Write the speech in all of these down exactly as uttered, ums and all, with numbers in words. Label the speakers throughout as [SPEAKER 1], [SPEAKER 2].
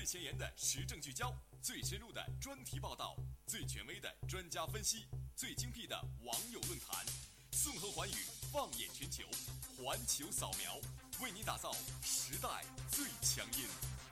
[SPEAKER 1] 最前沿的时政聚焦，最深入的专题报道，最权威的专家分析，最精辟的网友论坛，纵横寰宇，放眼全球，环球扫描，为你打造时代最强音。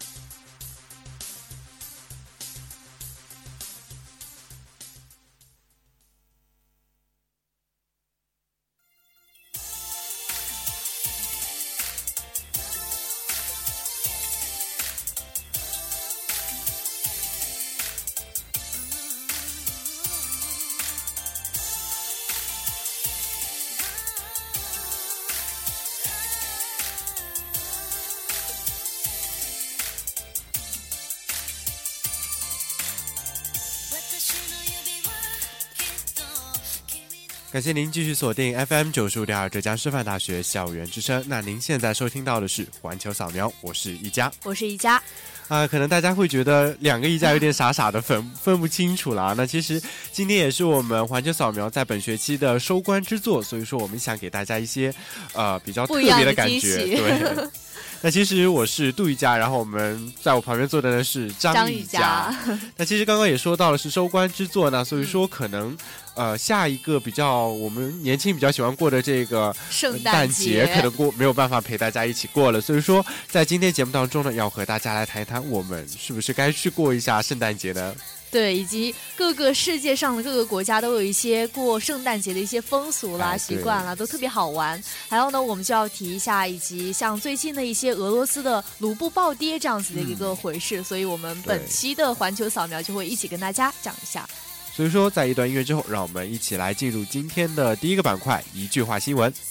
[SPEAKER 2] 感谢您继续锁定 F M 九十五点二浙江师范大学校园之声。那您现在收听到的是环球扫描，我是一佳，
[SPEAKER 3] 我是一佳。
[SPEAKER 2] 啊、呃，可能大家会觉得两个一佳有点傻傻的分分不清楚了啊。那其实今天也是我们环球扫描在本学期的收官之作，所以说我们想给大家一些呃比较特别的感觉。对。那其实我是杜一佳，然后我们在我旁边坐的呢是张一佳。那其实刚刚也说到了是收官之作呢，所以说可能、嗯、呃下一个比较我们年轻比较喜欢过的这个
[SPEAKER 3] 圣诞节
[SPEAKER 2] 可能过没有办法陪大家一起过了，所以说在今天节目当中呢，要和大家来谈一谈我们是不是该去过一下圣诞节呢？
[SPEAKER 3] 对，以及各个世界上的各个国家都有一些过圣诞节的一些风俗啦、哎、习惯啦，都特别好玩。还有呢，我们就要提一下，以及像最近的一些俄罗斯的卢布暴跌这样子的一个回事、嗯、所以我们本期的环球扫描就会一起跟大家讲一下。
[SPEAKER 2] 所以说在一段音乐之后，让我们一起来进入今天的第一个板块，一句话新闻。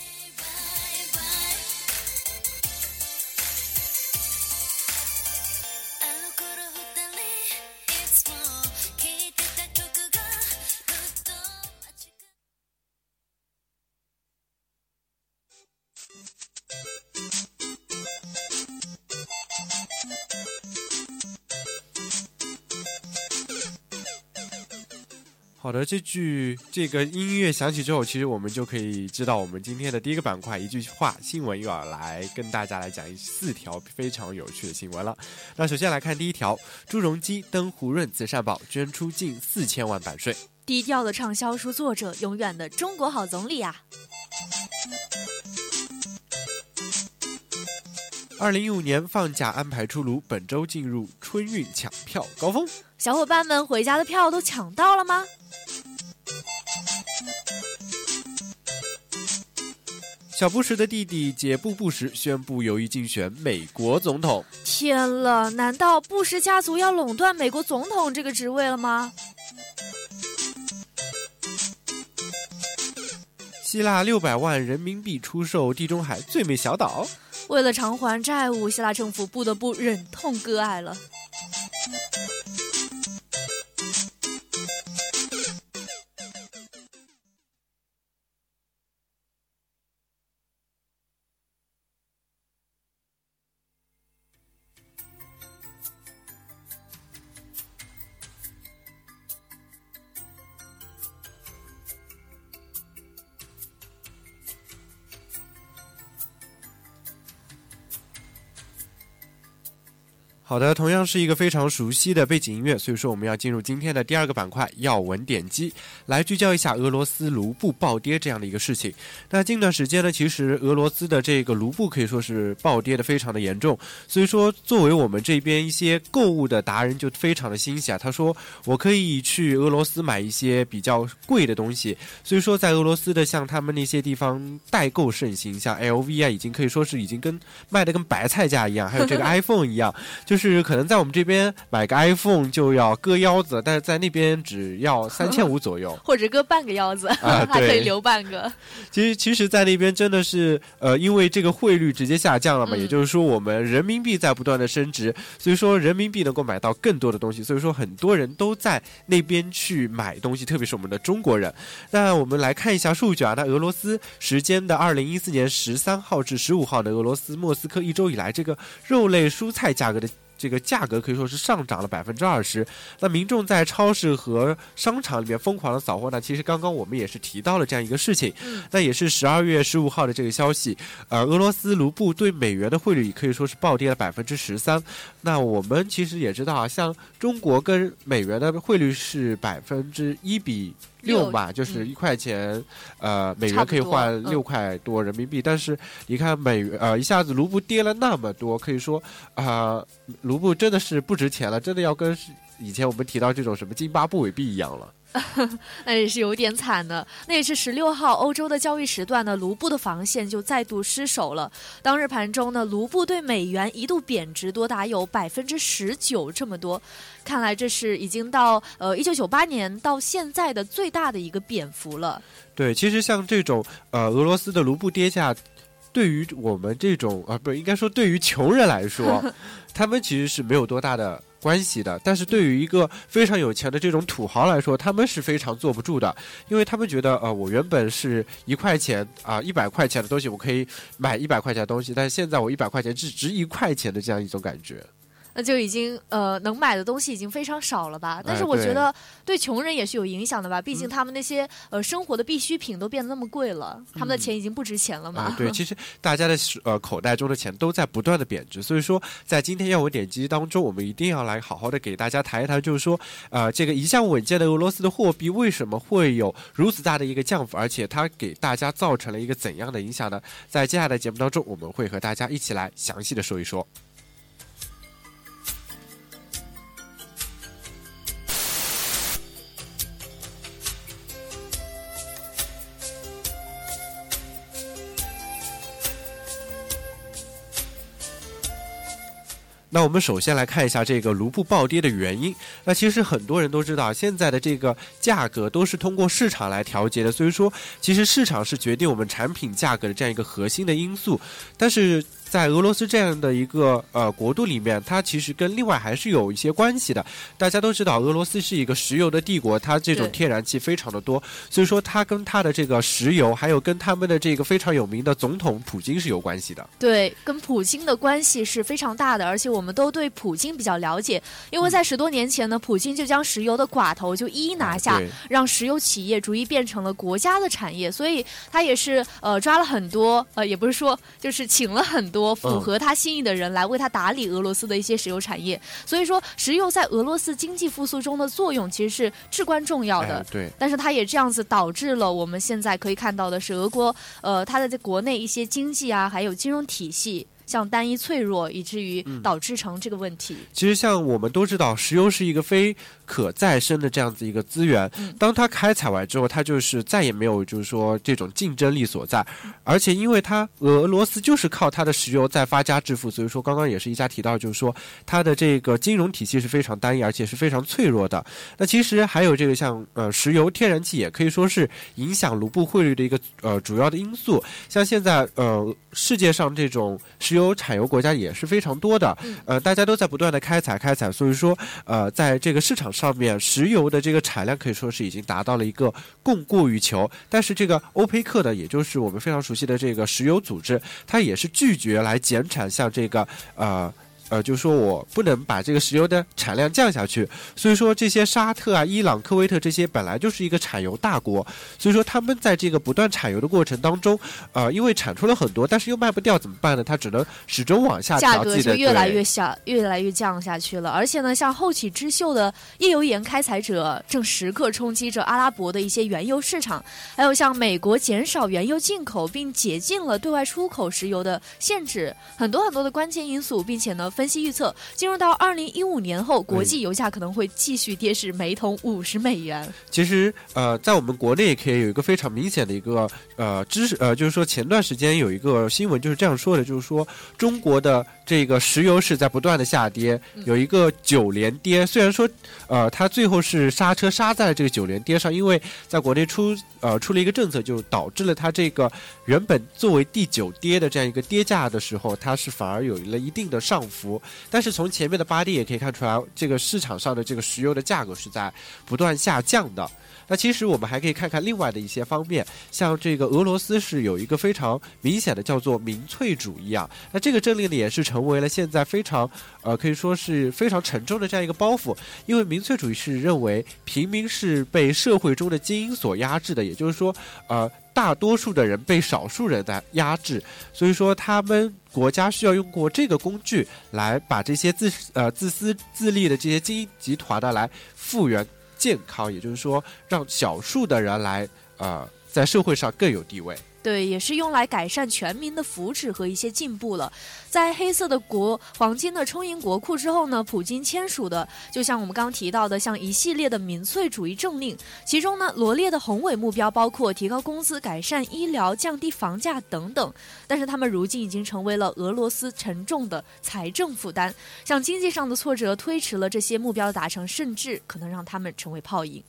[SPEAKER 2] 好的，这句这个音乐响起之后，其实我们就可以知道我们今天的第一个板块一句话新闻又要来跟大家来讲四条非常有趣的新闻了。那首先来看第一条，朱镕基登胡润慈善宝捐出近四千万版税。
[SPEAKER 3] 低调的畅销书作者，永远的中国好总理啊！
[SPEAKER 2] 二零一五年放假安排出炉，本周进入春运抢票高峰。
[SPEAKER 3] 小伙伴们回家的票都抢到了吗？
[SPEAKER 2] 小布什的弟弟姐布布什宣布有意竞选美国总统。
[SPEAKER 3] 天了，难道布什家族要垄断美国总统这个职位了吗？
[SPEAKER 2] 希腊六百万人民币出售地中海最美小岛。
[SPEAKER 3] 为了偿还债务，希腊政府不得不忍痛割爱了。
[SPEAKER 2] 好的，同样是一个非常熟悉的背景音乐，所以说我们要进入今天的第二个板块要闻点击，来聚焦一下俄罗斯卢布暴跌这样的一个事情。那近段时间呢，其实俄罗斯的这个卢布可以说是暴跌的非常的严重，所以说作为我们这边一些购物的达人就非常的欣喜啊，他说我可以去俄罗斯买一些比较贵的东西，所以说在俄罗斯的像他们那些地方代购盛行，像 L V 啊，已经可以说是已经跟卖的跟白菜价一样，还有这个 iPhone 一样，就是可能在我们这边买个 iPhone 就要割腰子，但是在那边只要三千五左右，
[SPEAKER 3] 或者割半个腰子，啊、还可以留半个。
[SPEAKER 2] 其实，其实，在那边真的是，呃，因为这个汇率直接下降了嘛，嗯、也就是说，我们人民币在不断的升值，所以说人民币能够买到更多的东西，所以说很多人都在那边去买东西，特别是我们的中国人。那我们来看一下数据啊，那俄罗斯时间的二零一四年十三号至十五号的俄罗斯莫斯科一周以来，这个肉类蔬菜价格的这个价格可以说是上涨了百分之二十。那民众在超市和商场里面疯狂的扫货呢，其实刚刚我们也是提到了这样一个事情。
[SPEAKER 3] 嗯、
[SPEAKER 2] 那也是十二月十五号的这个消息，呃，俄罗斯卢布对美元的汇率可以说是暴跌了百分之十三。那我们其实也知道啊，像中国跟美元的汇率是百分之一比六嘛，就是一块钱，嗯、呃，美元可以换六块多人民币。嗯、但是你看美呃一下子卢布跌了那么多，可以说啊、呃，卢布真的是不值钱了，真的要跟以前我们提到这种什么津巴布韦币一样了。
[SPEAKER 3] 那也是有点惨的。那也是十六号欧洲的交易时段呢，卢布的防线就再度失守了。当日盘中呢，卢布对美元一度贬值多达有百分之十九这么多，看来这是已经到呃一九九八年到现在的最大的一个贬幅了。
[SPEAKER 2] 对，其实像这种呃俄罗斯的卢布跌价，对于我们这种啊不应该说对于穷人来说，他们其实是没有多大的关系的，但是对于一个非常有钱的这种土豪来说，他们是非常坐不住的，因为他们觉得呃，我原本是一块钱啊一百块钱的东西，我可以买一百块钱的东西，但是现在我一百块钱只值一块钱的这样一种感觉。
[SPEAKER 3] 那就已经呃能买的东西已经非常少了吧？但是我觉得对穷人也是有影响的吧，毕竟他们那些呃生活的必需品都变得那么贵了，他们的钱已经不值钱了嘛。
[SPEAKER 2] 嗯啊、对，其实大家的呃口袋中的钱都在不断的贬值，所以说在今天要闻点击当中，我们一定要来好好的给大家谈一谈，就是说呃这个一向稳健的俄罗斯的货币为什么会有如此大的一个降幅，而且它给大家造成了一个怎样的影响呢？在接下来的节目当中，我们会和大家一起来详细的说一说。那我们首先来看一下这个卢布暴跌的原因。那其实很多人都知道，现在的这个价格都是通过市场来调节的，所以说其实市场是决定我们产品价格的这样一个核心的因素。但是在俄罗斯这样的一个呃国度里面，它其实跟另外还是有一些关系的。大家都知道，俄罗斯是一个石油的帝国，它这种天然气非常的多，所以说它跟它的这个石油，还有跟他们的这个非常有名的总统普京是有关系的。
[SPEAKER 3] 对，跟普京的关系是非常大的，而且我们都对普京比较了解，因为在十多年前呢，普京就将石油的寡头就一一拿下，啊、让石油企业逐一变成了国家的产业，所以他也是呃抓了很多呃也不是说就是请了很多符合他心意的人来为他打理俄罗斯的一些石油产业，所以说石油在俄罗斯经济复苏中的作用其实是至关重要的。
[SPEAKER 2] 哎、对，
[SPEAKER 3] 但是它也这样子导致了我们现在可以看到的是，俄国呃它的在国内一些经济啊，还有金融体系。像单一脆弱，以至于导致成这个问题。
[SPEAKER 2] 嗯、其实像我们都知道，石油是一个非可再生的这样子一个资源，嗯、当它开采完之后，它就是再也没有就是说这种竞争力所在。而且因为它俄罗斯就是靠它的石油在发家致富，所以说刚刚也是一家提到，就是说它的这个金融体系是非常单一，而且是非常脆弱的。那其实还有这个像呃石油、天然气也可以说是影响卢布汇率的一个呃主要的因素。像现在呃世界上这种石油产油国家也是非常多的，呃，大家都在不断的开采开采，所以说，呃，在这个市场上面，石油的这个产量可以说是已经达到了一个供过于求。但是这个欧佩克呢，也就是我们非常熟悉的这个石油组织，它也是拒绝来减产，像这个呃。呃，就是说我不能把这个石油的产量降下去，所以说这些沙特啊、伊朗、科威特这些本来就是一个产油大国，所以说他们在这个不断产油的过程当中，呃，因为产出了很多，但是又卖不掉怎么办呢？他只能始终往下调，
[SPEAKER 3] 价格就越来越下，越来越降下去了。而且呢，像后起之秀的页油盐开采者正时刻冲击着阿拉伯的一些原油市场，还有像美国减少原油进口并解禁了对外出口石油的限制，很多很多的关键因素，并且呢。分析预测，进入到二零一五年后，国际油价可能会继续跌至每桶五十美元。
[SPEAKER 2] 其实，呃，在我们国内也可以有一个非常明显的一个呃知识，呃，就是说前段时间有一个新闻就是这样说的，就是说中国的这个石油是在不断的下跌，有一个九连跌。虽然说，呃，它最后是刹车刹在了这个九连跌上，因为在国内出呃出了一个政策，就导致了它这个原本作为第九跌的这样一个跌价的时候，它是反而有了一定的上浮。但是从前面的八跌也可以看出来，这个市场上的这个石油的价格是在不断下降的。那其实我们还可以看看另外的一些方面，像这个俄罗斯是有一个非常明显的叫做民粹主义啊，那这个政令呢也是成成为了现在非常呃可以说是非常沉重的这样一个包袱，因为民粹主义是认为平民是被社会中的精英所压制的，也就是说呃大多数的人被少数人的压制，所以说他们国家需要用过这个工具来把这些自呃自私自利的这些精英集团呢来复原健康，也就是说让少数的人来呃在社会上更有地位。
[SPEAKER 3] 对，也是用来改善全民的福祉和一些进步了。在黑色的国黄金的充盈国库之后呢，普京签署的就像我们刚刚提到的像一系列的民粹主义政令，其中呢罗列的宏伟目标包括提高工资、改善医疗、降低房价等等，但是他们如今已经成为了俄罗斯沉重的财政负担，像经济上的挫折推迟了这些目标的达成，甚至可能让他们成为泡影。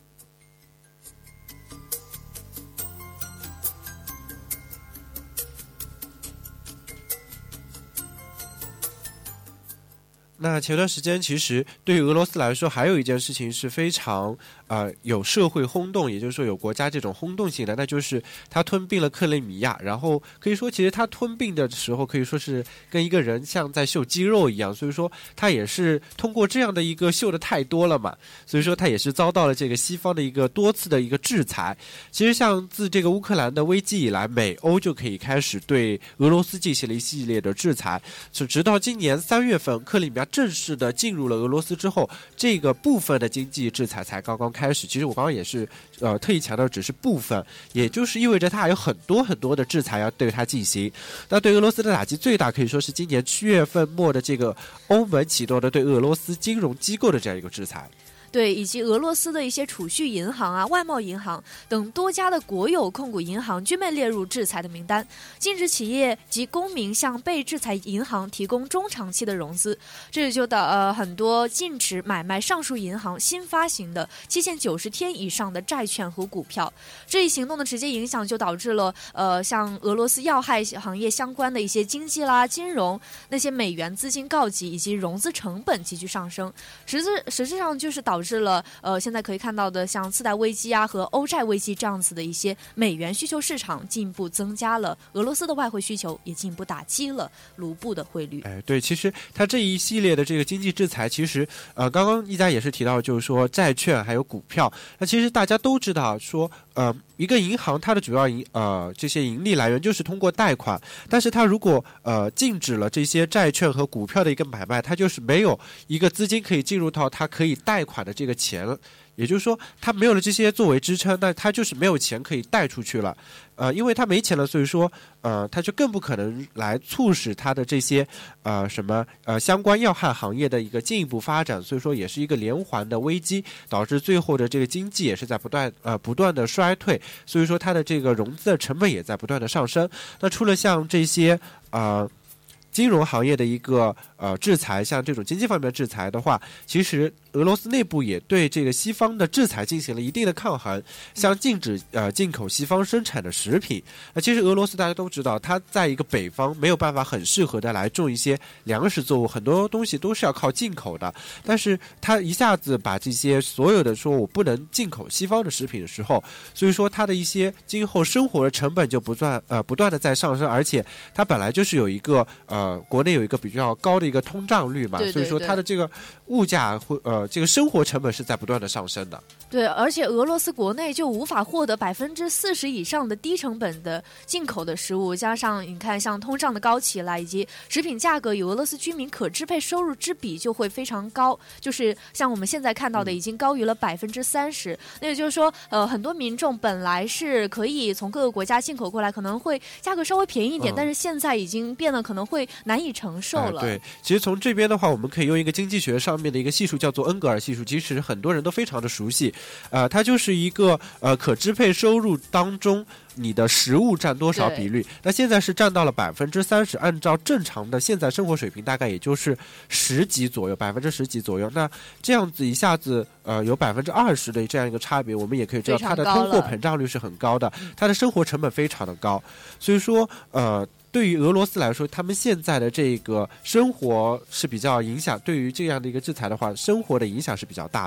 [SPEAKER 2] 那前段时间其实对于俄罗斯来说还有一件事情是非常呃有社会轰动，也就是说有国家这种轰动性的，那就是他吞并了克里米亚，然后可以说其实他吞并的时候可以说是跟一个人像在秀肌肉一样，所以说他也是通过这样的一个秀的太多了嘛，所以说他也是遭到了这个西方的一个多次的一个制裁。其实像自这个乌克兰的危机以来，美欧就可以开始对俄罗斯进行了一系列的制裁，是直到今年三月份克里米亚正式的进入了俄罗斯之后，这个部分的经济制裁才刚刚开始。其实我刚刚也是呃特意强调只是部分，也就是意味着它还有很多很多的制裁要对它进行。那对俄罗斯的打击最大可以说是今年七月份末的这个欧盟启动的对俄罗斯金融机构的这样一个制裁。
[SPEAKER 3] 对，以及俄罗斯的一些储蓄银行啊、外贸银行等多家的国有控股银行均被列入制裁的名单，禁止企业及公民向被制裁银行提供中长期的融资。这也就导呃很多禁止买卖上述银行新发行的期限九十天以上的债券和股票。这一行动的直接影响就导致了呃像俄罗斯要害行业相关的一些经济啦、金融那些美元资金告急以及融资成本急剧上升，实质实质上就是导致导致了呃，现在可以看到的像次贷危机啊和欧债危机这样子的一些美元需求市场进一步增加了俄罗斯的外汇需求，也进一步打击了卢布的汇率。
[SPEAKER 2] 哎，对，其实它这一系列的这个经济制裁，其实呃，刚刚一家也是提到，就是说债券还有股票，那其实大家都知道说呃。一个银行它的主要盈呃这些盈利来源就是通过贷款，但是它如果呃禁止了这些债券和股票的一个买卖，它就是没有一个资金可以进入到它可以贷款的这个钱了，也就是说它没有了这些作为支撑，那它就是没有钱可以贷出去了。呃，因为它没钱了，所以说呃它就更不可能来促使它的这些呃什么呃相关要害行业的一个进一步发展，所以说也是一个连环的危机，导致最后的这个经济也是在不断呃不断的衰退。所以说它的这个融资的成本也在不断的上升。那除了像这些呃金融行业的一个呃制裁，像这种经济方面的制裁的话，其实俄罗斯内部也对这个西方的制裁进行了一定的抗衡，像禁止呃进口西方生产的食品。那其实俄罗斯大家都知道，它在一个北方没有办法很适合的来种一些粮食作物，很多东西都是要靠进口的。但是它一下子把这些所有的说我不能进口西方的食品的时候，所以说它的一些今后生活的成本就不断呃不断的在上升，而且它本来就是有一个呃。呃，国内有一个比较高的一个通胀率嘛，
[SPEAKER 3] 对对对，
[SPEAKER 2] 所以说它的这个物价会呃，这个生活成本是在不断的上升的。
[SPEAKER 3] 对，而且俄罗斯国内就无法获得百分之四十以上的低成本的进口的食物，加上你看像通胀的高起来，以及食品价格与俄罗斯居民可支配收入之比就会非常高，就是像我们现在看到的已经高于了百分之三十。那也就是说，呃，很多民众本来是可以从各个国家进口过来，可能会价格稍微便宜一点，嗯、但是现在已经变得可能会难以承受了。
[SPEAKER 2] 呃、对，其实从这边的话，我们可以用一个经济学上面的一个系数叫做恩格尔系数，其实很多人都非常的熟悉。呃，它就是一个呃可支配收入当中你的食物占多少比率。那现在是占到了百分之三十，按照正常的现在生活水平，大概也就是十几左右，百分之十几左右。那这样子一下子呃有百分之二十的这样一个差别，我们也可以知道它的通货膨胀率是很高的，它的生活成本非常的高。所以说呃。对于俄罗斯来说，他们现在的这个生活是比较影响，对于这样的一个制裁的话，生活的影响是比较大的。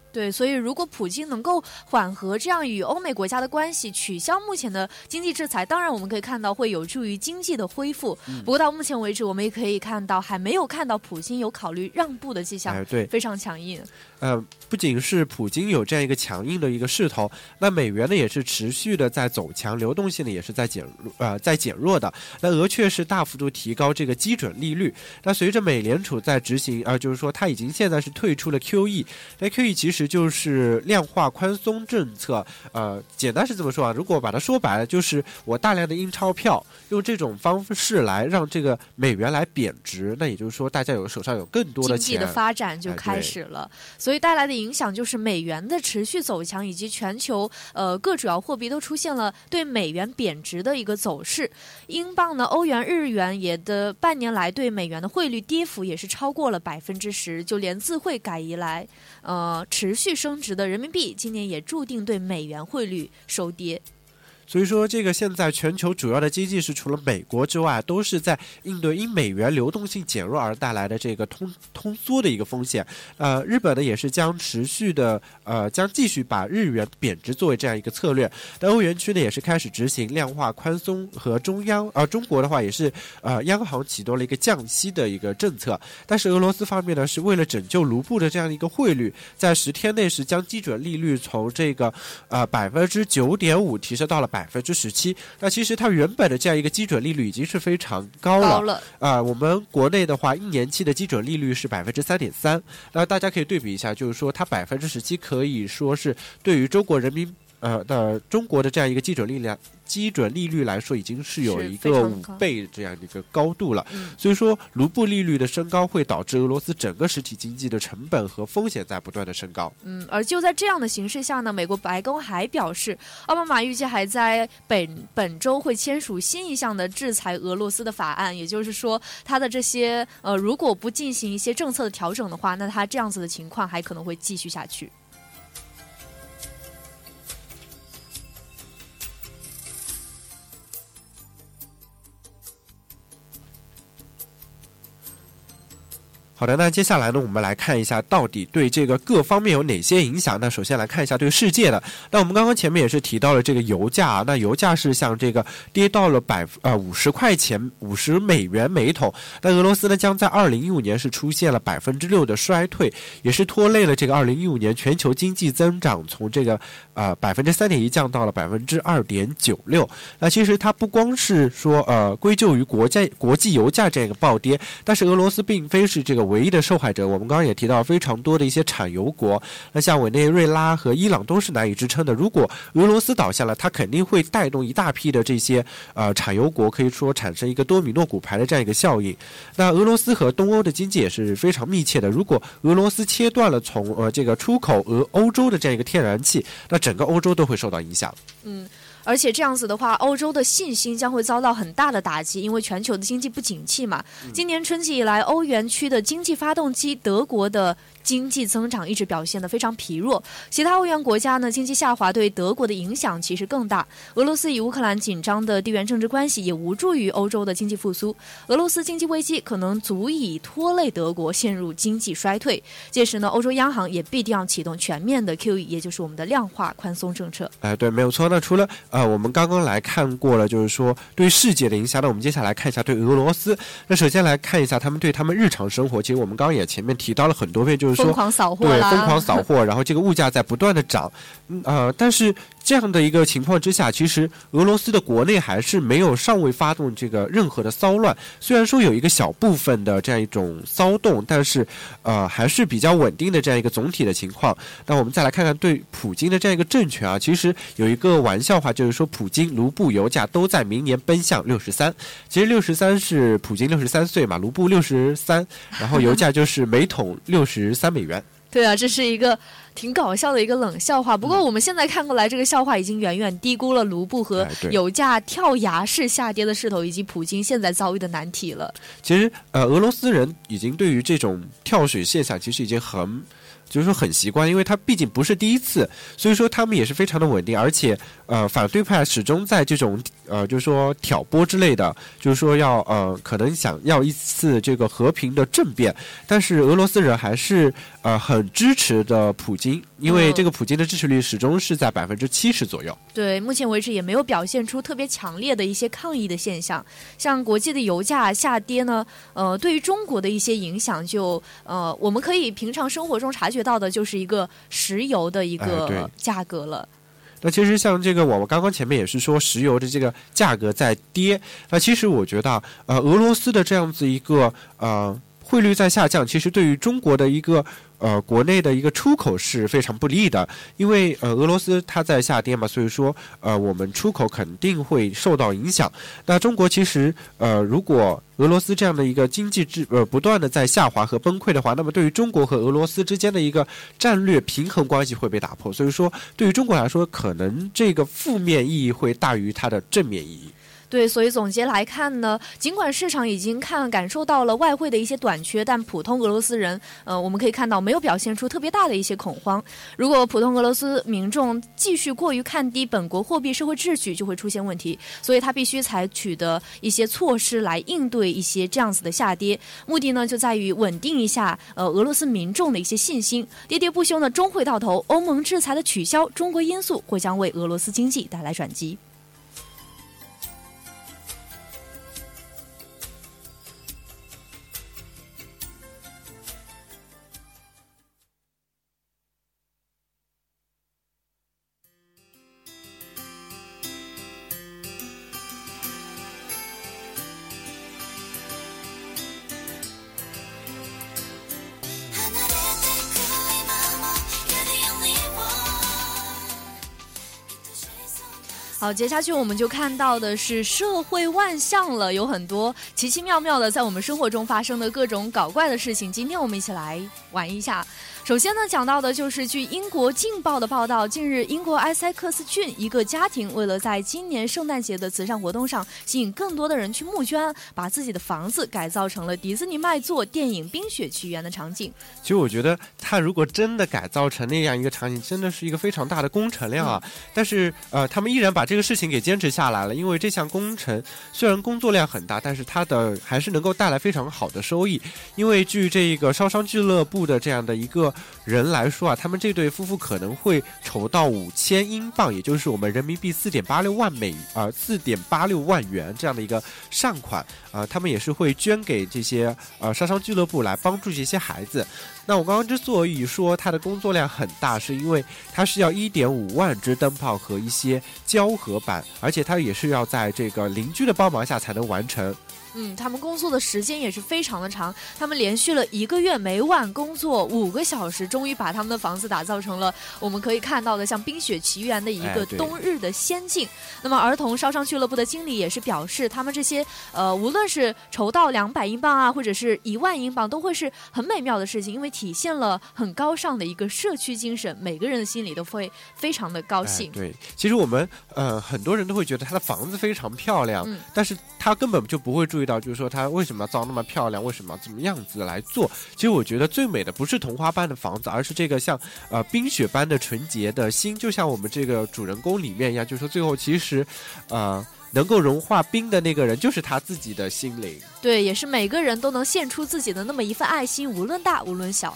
[SPEAKER 3] 对，所以如果普京能够缓和这样与欧美国家的关系，取消目前的经济制裁，当然我们可以看到会有助于经济的恢复。嗯、不过到目前为止，我们也可以看到还没有看到普京有考虑让步的迹象，
[SPEAKER 2] 哎、对，
[SPEAKER 3] 非常强硬。
[SPEAKER 2] 呃，不仅是普京有这样一个强硬的一个势头，那美元呢也是持续的在走强，流动性呢也是在减呃在减弱的。那俄确实大幅度提高这个基准利率。那随着美联储在执行，呃，就是说它已经现在是退出了 Q E， 那 Q E 其实就是量化宽松政策。呃，简单是这么说啊，如果把它说白了，就是我大量的印钞票，用这种方式来让这个美元来贬值，那也就是说大家有手上有更多的钱，
[SPEAKER 3] 经济的发展就开始了。哎、所以带来的影响就是美元的持续走强，以及全球呃各主要货币都出现了对美元贬值的一个走势。英镑呢、欧元、日元也的半年来对美元的汇率跌幅也是超过了百分之十，就连自汇改以来，呃持续升值的人民币，今年也注定对美元汇率收跌。
[SPEAKER 2] 所以说，这个现在全球主要的经济是除了美国之外，都是在应对因美元流动性减弱而带来的这个通通缩的一个风险。呃，日本呢也是将持续的呃将继续把日元贬值作为这样一个策略。那欧元区呢也是开始执行量化宽松，和中央呃中国的话也是呃央行启动了一个降息的一个政策。但是俄罗斯方面呢是为了拯救卢布的这样一个汇率，在十天内是将基准利率从这个呃百分之九点五提升到了百。百分之十七，那其实它原本的这样一个基准利率已经是非常高了。高了啊、呃！我们国内的话，一年期的基准利率是百分之三点三，那大家可以对比一下，就是说它百分之十七可以说是对于中国人民呃的中国的这样一个基准利率。基准利率来说已经是有一个五倍这样的一个高度了，嗯、所以说卢布利率的升高会导致俄罗斯整个实体经济的成本和风险在不断的升高。
[SPEAKER 3] 嗯，而就在这样的形势下呢，美国白宫还表示，奥巴马预计还在本本周会签署新一项的制裁俄罗斯的法案，也就是说，他的这些呃如果不进行一些政策的调整的话，那他这样子的情况还可能会继续下去。
[SPEAKER 2] 好的，那接下来呢，我们来看一下到底对这个各方面有哪些影响。那首先来看一下对世界的。那我们刚刚前面也是提到了这个油价啊，那油价是像这个跌到了百呃五十块钱五十美元每桶。那俄罗斯呢将在二零一五年是出现了百分之六的衰退，也是拖累了这个二零一五年全球经济增长从这个呃百分之三点一降到了百分之二点九六。那其实它不光是说呃归咎于国家国际油价这个暴跌，但是俄罗斯并非是这个唯一的受害者。我们刚刚也提到非常多的一些产油国，那像委内瑞拉和伊朗都是难以支撑的。如果俄罗斯倒下了，它肯定会带动一大批的这些呃产油国，可以说产生一个多米诺骨牌的这样一个效应。那俄罗斯和东欧的经济也是非常密切的，如果俄罗斯切断了从呃这个出口俄欧洲的这样一个天然气，那整个欧洲都会受到影响。
[SPEAKER 3] 嗯。而且这样子的话，欧洲的信心将会遭到很大的打击，因为全球的经济不景气嘛。嗯、今年春季以来，欧元区的经济发动机德国的经济增长一直表现得非常疲弱，其他欧元国家呢经济下滑对德国的影响其实更大。俄罗斯与乌克兰紧张的地缘政治关系也无助于欧洲的经济复苏，俄罗斯经济危机可能足以拖累德国陷入经济衰退。届时呢，欧洲央行也必定要启动全面的 Q E， 也就是我们的量化宽松政策。
[SPEAKER 2] 哎，对，没有错。那除了呃，我们刚刚来看过了，就是说对世界的影响。那我们接下来看一下对俄罗斯。那首先来看一下他们对他们日常生活。其实我们刚刚也前面提到了很多遍，就是说
[SPEAKER 3] 疯狂扫货啦，
[SPEAKER 2] 对，疯狂扫货，然后这个物价在不断的涨。嗯呃，但是这样的一个情况之下，其实俄罗斯的国内还是没有尚未发动这个任何的骚乱。虽然说有一个小部分的这样一种骚动，但是呃还是比较稳定的这样一个总体的情况。那我们再来看看对普京的这样一个政权啊，其实有一个玩笑话，就是说普京、卢布油价都在明年奔向六十三。其实六十三是普京六十三岁嘛，卢布六十三，然后油价就是每桶六十三美元。
[SPEAKER 3] 对啊，这是一个挺搞笑的一个冷笑话。不过我们现在看过来，这个笑话已经远远低估了卢布和油价跳崖式下跌的势头，以及普京现在遭遇的难题了。
[SPEAKER 2] 其实，呃，俄罗斯人已经对于这种跳水现象，其实已经很。就是说很习惯，因为它毕竟不是第一次，所以说他们也是非常的稳定，而且呃反对派始终在这种呃就是说挑拨之类的，就是说要呃可能想要一次这个和平的政变，但是俄罗斯人还是呃很支持的普京，因为这个普京的支持率始终是在百分之七十左右。
[SPEAKER 3] 对，目前为止也没有表现出特别强烈的一些抗议的现象。像国际的油价下跌呢，呃，对于中国的一些影响就呃，我们可以平常生活中察觉到的，就是一个石油的一个价格了。哎，
[SPEAKER 2] 那其实像这个，我们刚刚前面也是说石油的这个价格在跌。那其实我觉得，呃，俄罗斯的这样子一个呃汇率在下降，其实对于中国的一个呃国内的一个出口是非常不利的，因为呃俄罗斯它在下跌嘛，所以说呃我们出口肯定会受到影响。那中国其实呃如果俄罗斯这样的一个经济制呃不断的在下滑和崩溃的话，那么对于中国和俄罗斯之间的一个战略平衡关系会被打破，所以说对于中国来说，可能这个负面意义会大于它的正面意义。
[SPEAKER 3] 对，所以总结来看呢，尽管市场已经看感受到了外汇的一些短缺，但普通俄罗斯人，呃，我们可以看到没有表现出特别大的一些恐慌。如果普通俄罗斯民众继续过于看低本国货币社会秩序，就会出现问题。所以他必须采取的一些措施来应对一些这样子的下跌，目的呢就在于稳定一下呃俄罗斯民众的一些信心。跌跌不休呢，终会到头。欧盟制裁的取消，中国因素会将为俄罗斯经济带来转机。好，接下去我们就看到的是社会万象了，有很多奇奇妙妙的在我们生活中发生的各种搞怪的事情，今天我们一起来玩一下。首先呢，讲到的就是据英国《镜报》的报道，近日英国埃塞克斯郡一个家庭为了在今年圣诞节的慈善活动上吸引更多的人去募捐，把自己的房子改造成了迪士尼卖座电影《冰雪奇缘》的场景。
[SPEAKER 2] 其实我觉得他如果真的改造成那样一个场景，真的是一个非常大的工程量啊。嗯、但是呃，他们依然把这个事情给坚持下来了，因为这项工程虽然工作量很大，但是它的还是能够带来非常好的收益。因为据这个烧伤俱乐部的这样的一个人来说啊，他们这对夫妇可能会筹到五千英镑，也就是我们人民币四点八六万美啊四点八六万元这样的一个善款啊、呃，他们也是会捐给这些呃烧伤俱乐部来帮助这些孩子。那我刚刚之所以说它的工作量很大，是因为它是要 一点五万只灯泡和一些胶合板，而且它也是要在这个邻居的帮忙下才能完成。
[SPEAKER 3] 嗯，他们工作的时间也是非常的长，他们连续了一个月，每晚工作五个小时，终于把他们的房子打造成了我们可以看到的像《冰雪奇缘》的一个冬日的仙境。那么儿童烧伤俱乐部的经理也是表示，他们这些呃，无论是筹到两百英镑啊，或者是一万英镑，都会是很美妙的事情，因为体现了很高尚的一个社区精神，每个人的心里都会非常的高兴。
[SPEAKER 2] 哎、对，其实我们呃很多人都会觉得他的房子非常漂亮，嗯、但是他根本就不会注意到，就是说他为什么要造那么漂亮，为什么要怎么样子来做。其实我觉得最美的不是童话般的房子，而是这个像呃冰雪般的纯洁的心，就像我们这个主人公里面一样，就是说最后其实呃能够融化冰的那个人就是他自己的心灵。
[SPEAKER 3] 对，也是每个人都能献出自己的那么一份爱心，无论大无论小。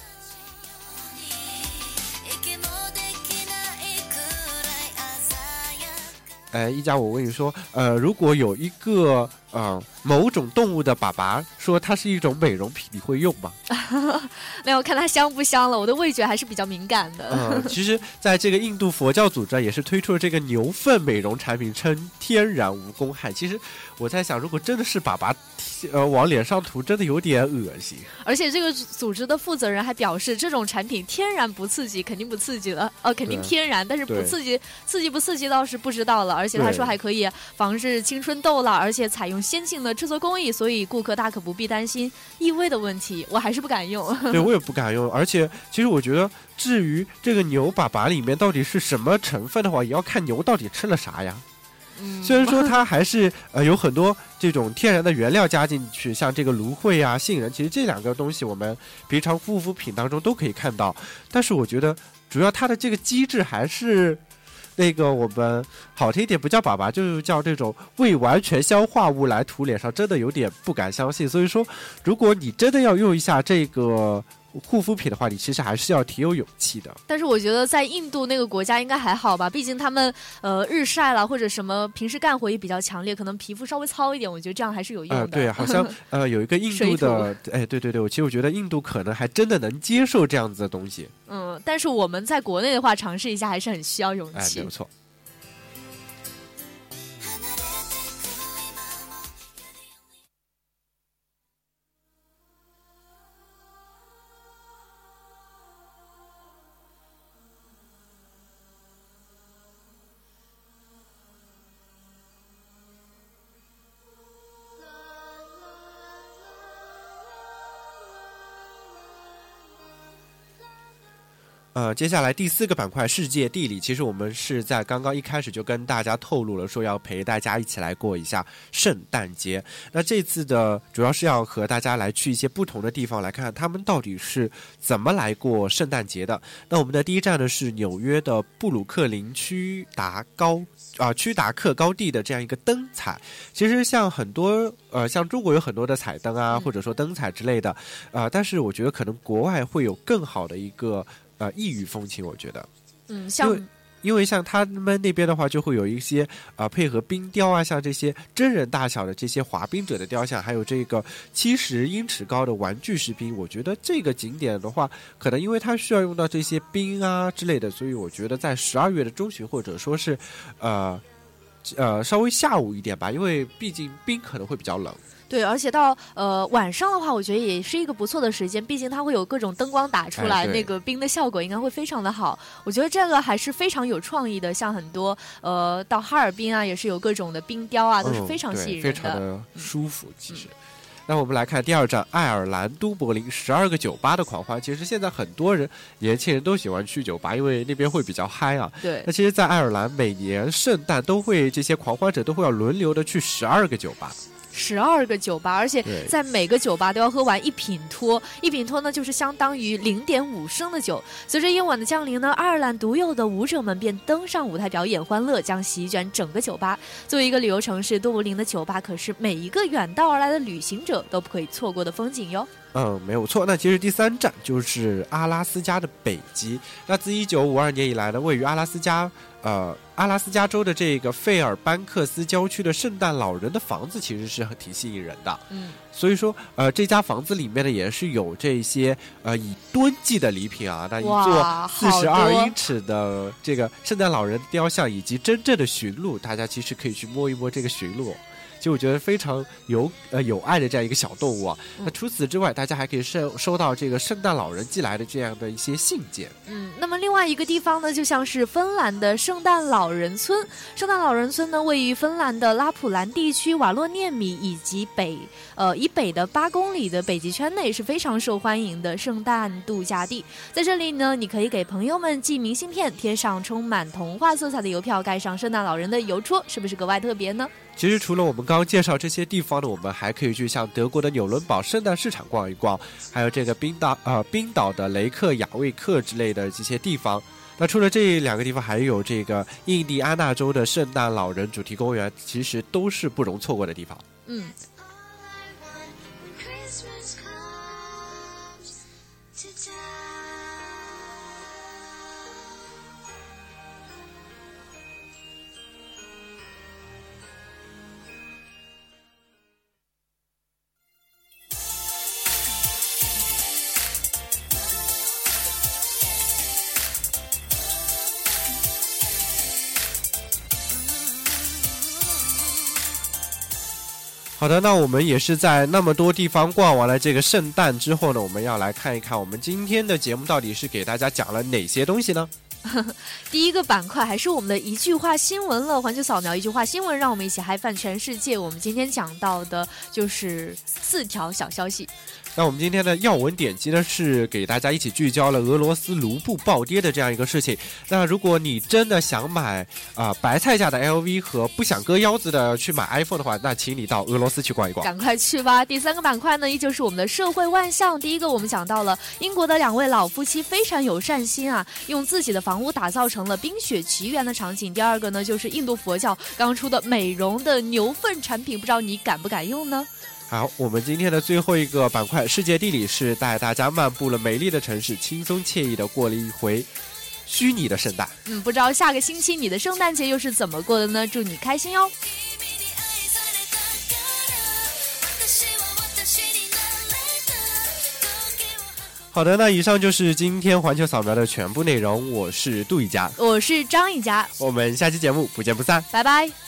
[SPEAKER 2] 哎，一家，我跟你说，呃，如果有一个呃某种动物的爸爸说它是一种美容品，你会用吗？
[SPEAKER 3] 没有，看它香不香了，我的味觉还是比较敏感的。
[SPEAKER 2] 嗯，其实在这个印度佛教组织也是推出了这个牛粪美容产品，称天然无公害。其实我在想，如果真的是爸爸呃往脸上涂，真的有点恶心。
[SPEAKER 3] 而且这个组织的负责人还表示，这种产品天然不刺激，肯定不刺激了，呃，肯定天然，但是不刺激，刺激不刺激倒是不知道了。而且他说还可以防治青春痘了，而且采用先进的制作工艺，所以顾客大可不必担心异味的问题。我还是不敢用。
[SPEAKER 2] 对，我也不敢用。而且其实我觉得，至于这个牛粑粑里面到底是什么成分的话，也要看牛到底吃了啥呀。嗯、虽然说它还是呃有很多这种天然的原料加进去，像这个芦荟啊、杏仁，其实这两个东西我们平常护肤品当中都可以看到。但是我觉得主要它的这个机制还是那个我们好听一点不叫粑粑，就是叫这种未完全消化物来涂脸上，真的有点不敢相信。所以说，如果你真的要用一下这个护肤品的话，你其实还是要挺有勇气的。
[SPEAKER 3] 但是我觉得在印度那个国家应该还好吧，毕竟他们呃日晒了或者什么，平时干活也比较强烈，可能皮肤稍微糙一点，我觉得这样还是有用的。
[SPEAKER 2] 呃、对，好像呃有一个印度的，哎，对对对，我其实我觉得印度可能还真的能接受这样子的东西。
[SPEAKER 3] 嗯，但是我们在国内的话，尝试一下还是很需要勇气。
[SPEAKER 2] 哎，没有错。呃，接下来第四个板块世界地理，其实我们是在刚刚一开始就跟大家透露了，说要陪大家一起来过一下圣诞节。那这次的主要是要和大家来去一些不同的地方，来看看他们到底是怎么来过圣诞节的。那我们的第一站呢是纽约的布鲁克林区达高啊、呃、区达克高地的这样一个灯彩。其实像很多呃像中国有很多的彩灯啊，或者说灯彩之类的，呃，但是我觉得可能国外会有更好的一个。呃，异域风情，我觉得，
[SPEAKER 3] 嗯，像
[SPEAKER 2] 因为因为像他们那边的话，就会有一些啊、呃、配合冰雕啊，像这些真人大小的这些滑冰者的雕像，还有这个七十英尺高的玩具士兵。我觉得这个景点的话，可能因为它需要用到这些冰啊之类的，所以我觉得在十二月的中旬或者说是，呃呃稍微下午一点吧，因为毕竟冰可能会比较冷。
[SPEAKER 3] 对，而且到呃晚上的话，我觉得也是一个不错的时间，毕竟它会有各种灯光打出来，
[SPEAKER 2] 哎、
[SPEAKER 3] 那个冰的效果应该会非常的好。我觉得这个还是非常有创意的，像很多呃到哈尔滨啊，也是有各种的冰雕啊，都是非常吸引人的，
[SPEAKER 2] 嗯、非常的舒服。其实，嗯、那我们来看第二站，爱尔兰都柏林十二个酒吧的狂欢。其实现在很多人年轻人都喜欢去酒吧，因为那边会比较嗨啊。
[SPEAKER 3] 对。
[SPEAKER 2] 那其实，在爱尔兰每年圣诞都会这些狂欢者都会要轮流的去十二个酒吧。
[SPEAKER 3] 十二个酒吧，而且在每个酒吧都要喝完一品托，一品托呢就是相当于零点五升的酒。随着夜晚的降临呢，爱尔兰独有的舞者们便登上舞台表演欢乐，将席卷整个酒吧。作为一个旅游城市，都柏林的酒吧可是每一个远道而来的旅行者都不可以错过的风景哟。
[SPEAKER 2] 嗯，没有错。那其实第三站就是阿拉斯加的北极。那自一九五二年以来呢，位于阿拉斯加。呃，阿拉斯加州的这个费尔班克斯郊区的圣诞老人的房子其实是很挺吸引人的，
[SPEAKER 3] 嗯，
[SPEAKER 2] 所以说，呃，这家房子里面呢也是有这些呃以吨计的礼品啊，那一座四十二英尺的这个圣诞老人雕像，以及真正的驯鹿，大家其实可以去摸一摸这个驯鹿。其实我觉得非常有呃有爱的这样一个小动物啊。
[SPEAKER 3] 嗯、
[SPEAKER 2] 那除此之外，大家还可以收收到这个圣诞老人寄来的这样的一些信件。
[SPEAKER 3] 嗯，那么另外一个地方呢，就像是芬兰的圣诞老人村。圣诞老人村呢，位于芬兰的拉普兰地区瓦洛涅米以及北呃以北的八公里的北极圈内，是非常受欢迎的圣诞度假地。在这里呢，你可以给朋友们寄明信片，贴上充满童话色彩的邮票，盖上圣诞老人的邮戳，是不是格外特别呢？
[SPEAKER 2] 其实除了我们刚刚介绍这些地方呢，我们还可以去像德国的纽伦堡圣诞市场逛一逛，还有这个冰岛呃冰岛的雷克雅未克之类的这些地方。那除了这两个地方，还有这个印第安纳州的圣诞老人主题公园，其实都是不容错过的地方。
[SPEAKER 3] 嗯。
[SPEAKER 2] 好的，那我们也是在那么多地方逛完了这个圣诞之后呢，我们要来看一看我们今天的节目到底是给大家讲了哪些东西呢？
[SPEAKER 3] 第一个板块还是我们的一句话新闻了，环球扫描一句话新闻，让我们一起嗨翻全世界。我们今天讲到的就是四条小消息。
[SPEAKER 2] 那我们今天的要闻点击呢，是给大家一起聚焦了俄罗斯卢布暴跌的这样一个事情。那如果你真的想买啊、呃、白菜价的 L V 和不想割腰子的去买 iPhone 的话，那请你到俄罗斯去逛一逛，
[SPEAKER 3] 赶快去吧。第三个板块呢，依旧是我们的社会万象。第一个我们讲到了英国的两位老夫妻非常有善心啊，用自己的房屋打造成了冰雪奇缘的场景。第二个呢，就是印度佛教刚出的美容的牛粪产品，不知道你敢不敢用呢？
[SPEAKER 2] 好，我们今天的最后一个板块世界地理是带大家漫步了美丽的城市，轻松惬意的过了一回虚拟的圣诞。
[SPEAKER 3] 嗯，不知道下个星期你的圣诞节又是怎么过的呢？祝你开心哟。
[SPEAKER 2] 好的，那以上就是今天环球扫描的全部内容。我是杜一佳，
[SPEAKER 3] 我是张一佳，
[SPEAKER 2] 我们下期节目不见不散，
[SPEAKER 3] 拜拜。